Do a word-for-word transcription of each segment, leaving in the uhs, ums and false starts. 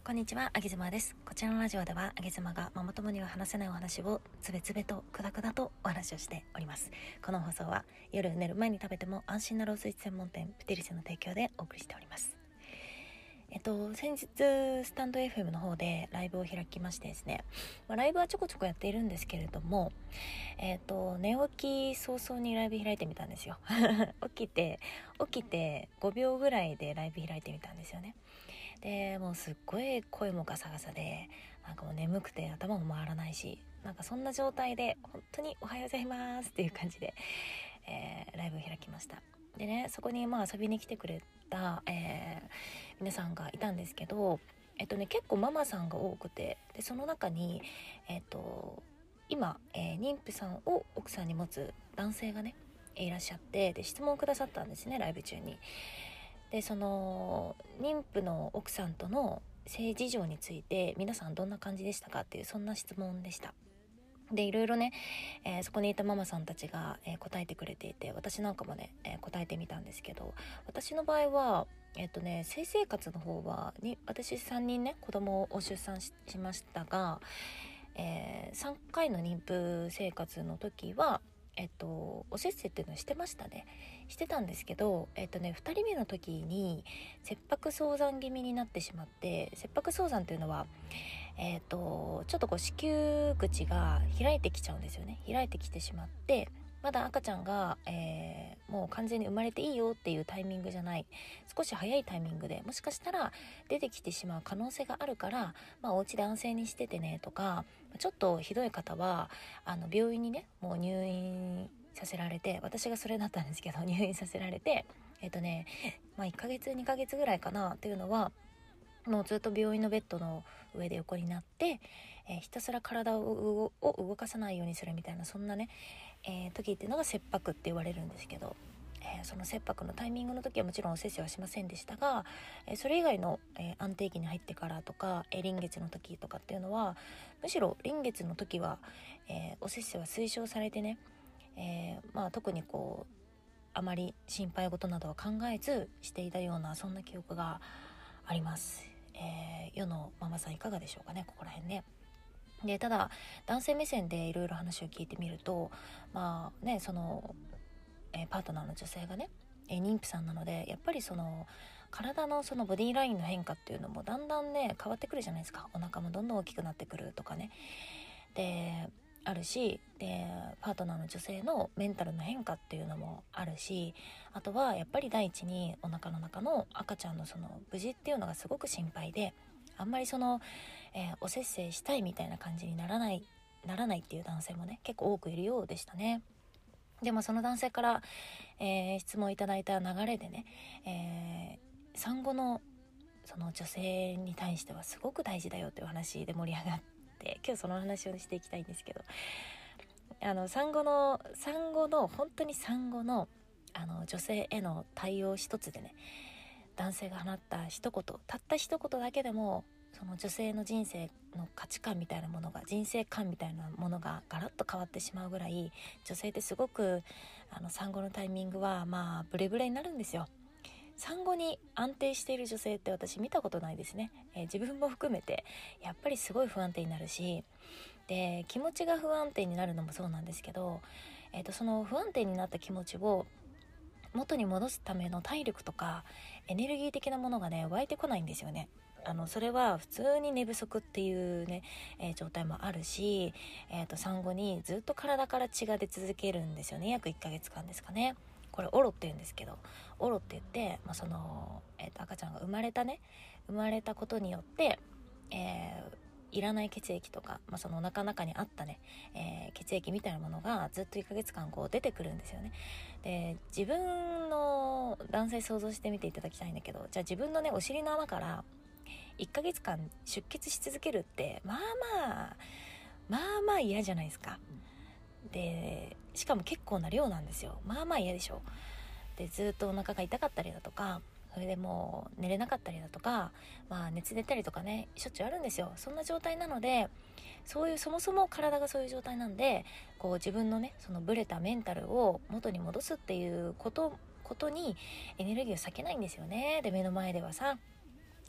こんにちは、あげずまです。こちらのラジオでは、あげずまがママ友には話せないお話をつべつべとくだくだとお話をしております。この放送は夜寝る前に食べても安心なロースイーツ専門店プティリセの提供でお送りしております。えっと、先日スタンド エフエム の方でライブを開きましてですね、まあ、ライブはちょこちょこやっているんですけれども、えっと寝起き早々にライブ開いてみたんですよ。起きて起きてごびょうぐらいでライブ開いてみたんですよね。でもうすっごい声もガサガサで、なんかもう眠くて頭も回らないし、なんかそんな状態で本当におはようございますっていう感じで、えー、ライブを開きました。でね、そこにまあ遊びに来てくれた、えー、皆さんがいたんですけど、えっとね結構ママさんが多くて、でその中にえっと今、えー、妊婦さんを奥さんに持つ男性がねいらっしゃって、で質問をくださったんですね、ライブ中に。でその妊婦の奥さんとの性事情について皆さんどんな感じでしたかっていう、そんな質問でした。でいろいろね、えー、そこにいたママさんたちが、えー、答えてくれていて、私なんかもね、えー、答えてみたんですけど、私の場合はえっとね性生活の方はに私さんにんね子供を出産 し, しましたが、えー、さんかいの妊婦生活の時はえっと、おせっせっていうのはしてましたね。してたんですけど、えっとね、ふたりめの時に切迫早産気味になってしまって、切迫早産っていうのは、えっと、ちょっとこう子宮口が開いてきちゃうんですよね。開いてきてしまって、まだ赤ちゃんが、えー、もう完全に生まれていいよっていうタイミングじゃない、少し早いタイミングでもしかしたら出てきてしまう可能性があるから、まあ、お家で安静にしててねとか、ちょっとひどい方はあの病院にねもう入院させられて、私がそれだったんですけど入院させられて、えっとねまあいっかげつにかげつぐらいかなっていうのは、もうずっと病院のベッドの上で横になって、えー、ひたすら体を動かさないようにするみたいな、そんなね、えー、時っていうのが切迫って言われるんですけど、えー、その切迫のタイミングの時はもちろんおせっせはしませんでしたが、えー、それ以外の、えー、安定期に入ってからとか、えー、臨月の時とかっていうのは、むしろ臨月の時は、えー、おせっせは推奨されてね、えー、まあ特にこうあまり心配事などは考えずしていたような、そんな記憶があります。えー、世のママさんいかがでしょうかね、ここら辺ね。でただ男性目線でいろいろ話を聞いてみると、まあねその、えー、パートナーの女性がね、えー、妊婦さんなので、やっぱりその体のそのボディラインの変化っていうのもだんだんね変わってくるじゃないですか。お腹もどんどん大きくなってくるとかね、であるし、でパートナーの女性のメンタルの変化っていうのもあるし、あとはやっぱり第一にお腹の中の赤ちゃんのその無事っていうのがすごく心配で、あんまりその、えー、おせっせしたいみたいな感じにならないならないっていう男性もね結構多くいるようでしたね。でもその男性から、えー、質問いただいた流れでね、えー、産後のその女性に対してはすごく大事だよっていう話で盛り上がって、今日その話をしていきたいんですけど、あの産後の産後の本当に産後のあの女性への対応一つでね、男性が放った一言、たった一言だけでもその女性の人生の価値観みたいなものが、人生観みたいなものがガラッと変わってしまうぐらい、女性ってすごくあの産後のタイミングはまあブレブレになるんですよ。産後に安定している女性って私見たことないですね、えー、自分も含めてやっぱりすごい不安定になるし、で気持ちが不安定になるのもそうなんですけど、えーと、その不安定になった気持ちを元に戻すための体力とかエネルギー的なものがね湧いてこないんですよね。あのそれは普通に寝不足っていうね、えー、状態もあるし、えーと、産後にずっと体から血が出続けるんですよね。約いっかげつかんですかね。これオロって言うんですけど、オロって言って、まあ、その、えーと、赤ちゃんが生まれたね生まれたことによって、えーいらない血液とか、まあ、そのお腹の中にあったね、えー、血液みたいなものがずっといっかげつかんこう出てくるんですよね。で自分の男性想像してみていただきたいんだけど、じゃあ自分のねお尻の穴からいっかげつかん出血し続けるってまあまあまあまあ嫌じゃないですか。でしかも結構な量なんですよ。まあまあ嫌でしょ。でずっとお腹が痛かったりだとか、それでもう寝れなかったりだとか、まあ熱出たりとかねしょっちゅうあるんですよ。そんな状態なので、そういうそもそも体がそういう状態なんで、こう自分のねそのブレたメンタルを元に戻すっていうことことにエネルギーを割けないんですよね。で目の前ではさ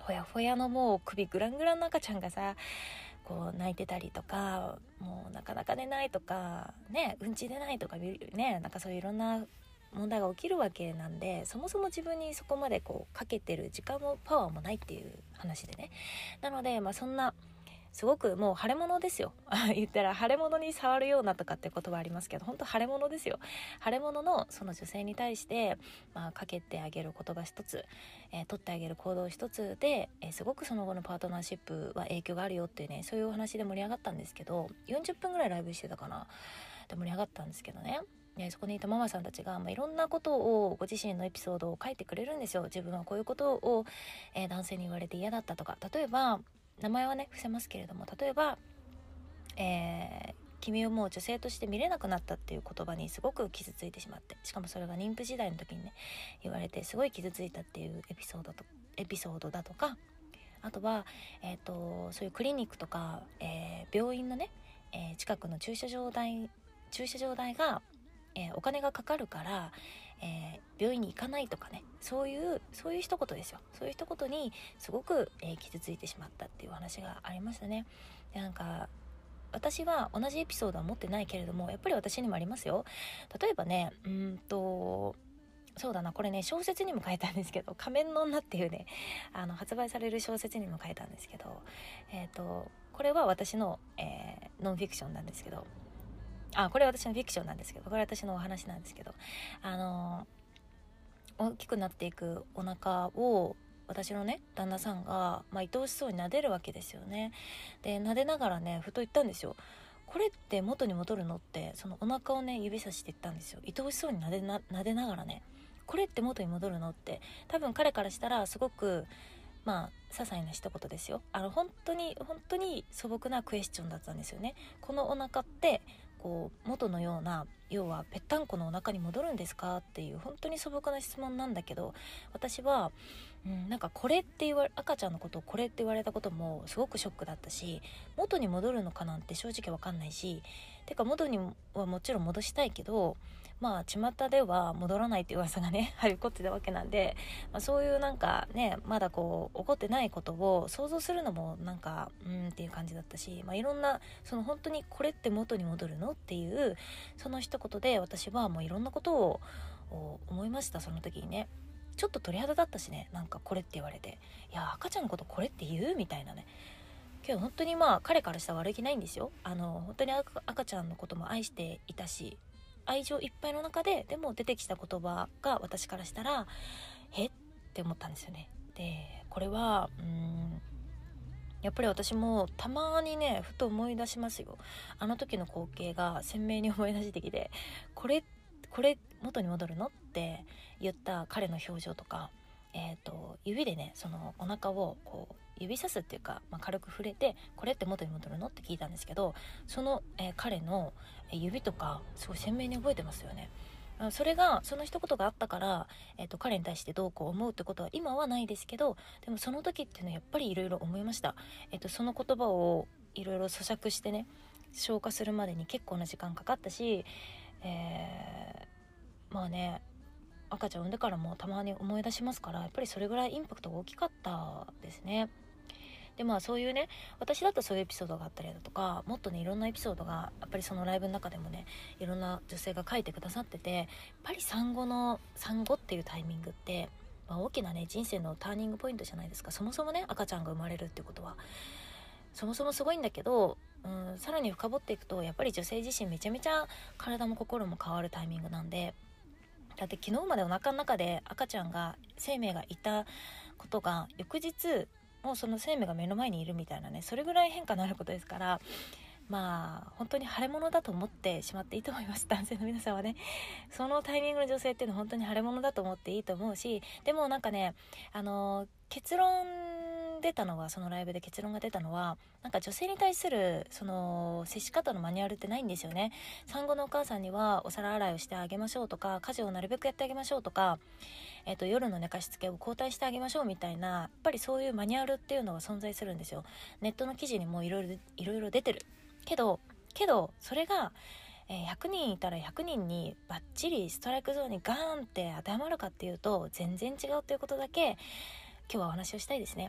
ほやほやのもう首グラングランの赤ちゃんがさこう泣いてたりとか、もうなかなか寝ないとかね、うんち出ないとかね、なんかそういういろんな問題が起きるわけなんで、そもそも自分にそこまでこうかけてる時間もパワーもないっていう話でね。なのでまあそんなすごくもう腫れ物ですよ言ったら腫れ物に触るようなとかって言葉ありますけど、本当腫れ物ですよ。腫れ物のその女性に対して、まあ、かけてあげる言葉一つ、えー、取ってあげる行動一つで、えー、すごくその後のパートナーシップは影響があるよっていうね、そういうお話で盛り上がったんですけど、よんじゅっぷんぐらいライブしてたかなで盛り上がったんですけどね。でそこにいたママさんたちが、まあ、いろんなことをご自身のエピソードを書いてくれるんですよ。自分はこういうことを、えー、男性に言われて嫌だったとか、例えば名前はね伏せますけれども、例えば、えー、君をもう女性として見れなくなったっていう言葉にすごく傷ついてしまって、しかもそれが妊婦時代の時にね言われてすごい傷ついたっていうエピソードとエピソードだとか、あとは、えーと、そういうクリニックとか、えー、病院のね、えー、近くの駐車場代駐車場代がえー、お金がかかるから、えー、病院に行かないとかね、そういうそういう一言ですよ。そういう一言にすごく、えー、傷ついてしまったっていう話がありましたね。でなんか私は同じエピソードは持ってないけれども、やっぱり私にもありますよ。例えばね、うーんとそうだな、これね小説にも書いたんですけど、仮面の女っていうねあの発売される小説にも書いたんですけど、えっとこれは私の、えー、ノンフィクションなんですけど、あ、これは私のフィクションなんですけど、これは私のお話なんですけど、あの大きくなっていくお腹を私のね旦那さんが、まあ、愛おしそうに撫でるわけですよね。で撫でながらねふと言ったんですよ。これって元に戻るのって、そのお腹をね指さして言ったんですよ。愛おしそうに撫でな撫でながらね、これって元に戻るのって、多分彼からしたらすごくまあ些細な一言ですよ。あの本当に本当に素朴なクエスチョンだったんですよね。このお腹ってこう元のような、要はぺったんこのお腹に戻るんですかっていう本当に素朴な質問なんだけど、私は、うん、なんかこれって言われ赤ちゃんのことをこれって言われたこともすごくショックだったし、元に戻るのかなんて正直わかんないし、てか元にはもちろん戻したいけど、まあ巷では戻らないっていう噂がねはびこってたわけなんで、まあ、そういうなんかねまだこう起こってないことを想像するのもなんかうーんっていう感じだったし、まあ、いろんなその本当にこれって元に戻るのっていうその一言で私はもういろんなことを思いました。その時にねちょっと鳥肌だったしね、なんかこれって言われて、いや赤ちゃんのことこれって言うみたいなね。けど本当にまあ彼からしたら悪気ないんですよ。あの本当に 赤, 赤ちゃんのことも愛していたし、愛情いっぱいの中ででも出てきた言葉が私からしたらえって思ったんですよね。でこれはうーんやっぱり私もたまにねふと思い出しますよ。あの時の光景が鮮明に思い出してきて、これこれ元に戻るのって言った彼の表情とか、えーと、指でねそのお腹をこう指さすっていうか、まあ、軽く触れてこれって元に戻るのって聞いたんですけど、その、えー、彼の指とかすごい鮮明に覚えてますよね。それがその一言があったから、えーと、彼に対してどうこう思うってことは今はないですけど、でもその時っていうのはやっぱりいろいろ思いました。えーと、その言葉をいろいろ咀嚼してね消化するまでに結構な時間かかったし、えー、まあね赤ちゃん産んでからもたまに思い出しますから、やっぱりそれぐらいインパクトが大きかったですね。でまあそういうね私だとそういうエピソードがあったりだとか、もっとねいろんなエピソードがやっぱりそのライブの中でもねいろんな女性が書いてくださってて、やっぱり産後の産後っていうタイミングって、まあ、大きなね人生のターニングポイントじゃないですか。そもそもね赤ちゃんが生まれるってことはそもそもすごいんだけど、うん、さらに深掘っていくとやっぱり女性自身めちゃめちゃ体も心も変わるタイミングなんで、だって昨日までお腹の中で赤ちゃんが生命がいたことが翌日もうその生命が目の前にいるみたいなね、それぐらい変化のあることですから、まあ本当に腫れ物だと思ってしまっていいと思います。男性の皆さんはねそのタイミングの女性っていうのは本当に腫れ物だと思っていいと思うし、でもなんかねあの結論出たのはそのライブで結論が出たのはなんか女性に対するその接し方のマニュアルってないんですよね。産後のお母さんにはお皿洗いをしてあげましょうとか、家事をなるべくやってあげましょうとか、えーと、夜の寝かしつけを交代してあげましょうみたいな、やっぱりそういうマニュアルっていうのが存在するんですよ。ネットの記事にもいろいろいろいろ出てるけどけどそれがひゃくにんいたらひゃくにんにバッチリストライクゾーンにガーンって当てはまるかっていうと全然違うということだけ今日はお話をしたいですね。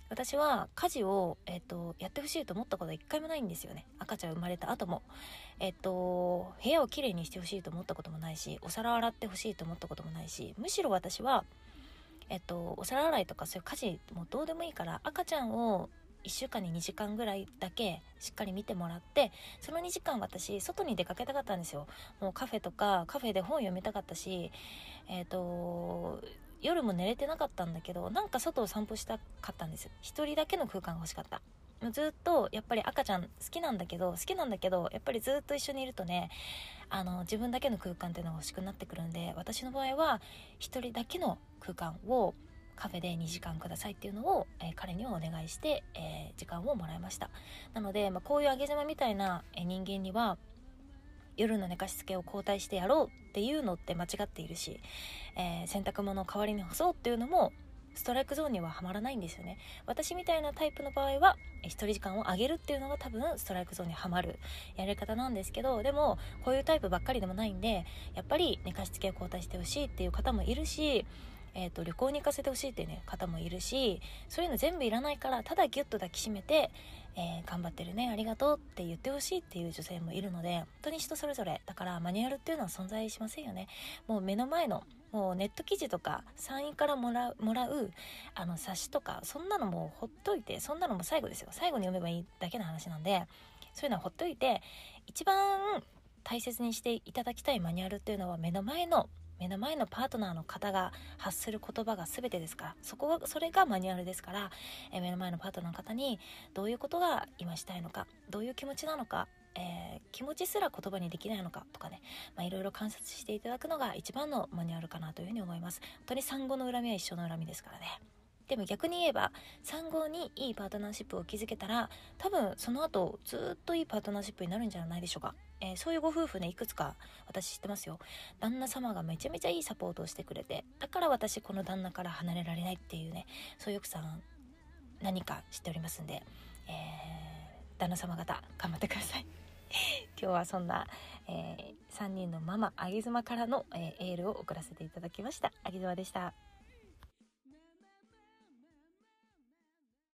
私は家事を、えっと、やってほしいと思ったことは一回もないんですよね。赤ちゃん生まれた後も、えっと、部屋をきれいにしてほしいと思ったこともないし、お皿洗ってほしいと思ったこともないし、むしろ私は、えっと、お皿洗いとかそういう家事もどうでもいいから、赤ちゃんをいっしゅうかんににじかんぐらいだけしっかり見てもらって、そのにじかん私外に出かけたかったんですよ。もうカフェとかカフェで本読みたかったし、えっと夜も寝れてなかったんだけど、なんか外を散歩したかったんです。一人だけの空間が欲しかった。ずっとやっぱり赤ちゃん好きなんだけど好きなんだけどやっぱりずっと一緒にいるとね、あの自分だけの空間っていうのが欲しくなってくるんで、私の場合は一人だけの空間をカフェでにじかんくださいっていうのを、えー、彼にはお願いして、えー、時間をもらいました。なので、まあ、こういうあげ妻みたいな、えー、人間には夜の寝かしつけを交代してやろうっていうのって間違っているし、えー、洗濯物を代わりに干そうっていうのもストライクゾーンにははまらないんですよね。私みたいなタイプの場合は一人時間を上げるっていうのが多分ストライクゾーンにはまるやり方なんですけど、でもこういうタイプばっかりでもないんで、やっぱり寝かしつけを交代してほしいっていう方もいるし、えーと、旅行に行かせてほしいっていう、ね、方もいるし、そういうの全部いらないからただギュッと抱きしめて、えー、頑張ってるねありがとうって言ってほしいっていう女性もいるので、本当に人それぞれだからマニュアルっていうのは存在しませんよね。もう目の前のもうネット記事とか産院からもらう、もらうあの冊子とかそんなのもほっといて、そんなのも最後ですよ。最後に読めばいいだけの話なんで、そういうのはほっといて、一番大切にしていただきたいマニュアルっていうのは目の前の目の前のパートナーの方が発する言葉が全てですから、そこがそれがマニュアルですから、え目の前のパートナーの方にどういうことが今したいのか、どういう気持ちなのか、えー、気持ちすら言葉にできないのかとかね、まあ、いろいろ観察していただくのが一番のマニュアルかなというふうに思います。本当に産後の恨みは一緒の恨みですからね。でも逆に言えば産後にいいパートナーシップを築けたら、多分その後ずっといいパートナーシップになるんじゃないでしょうか。えー、そういうご夫婦ね、いくつか私知ってますよ。旦那様がめちゃめちゃいいサポートをしてくれて、だから私この旦那から離れられないっていうね、そういう奥さん何か知っておりますんで、えー、旦那様方頑張ってください。今日はそんな、えー、さんにんのママあげ妻からの、えー、エールを送らせていただきました。あげ妻でした。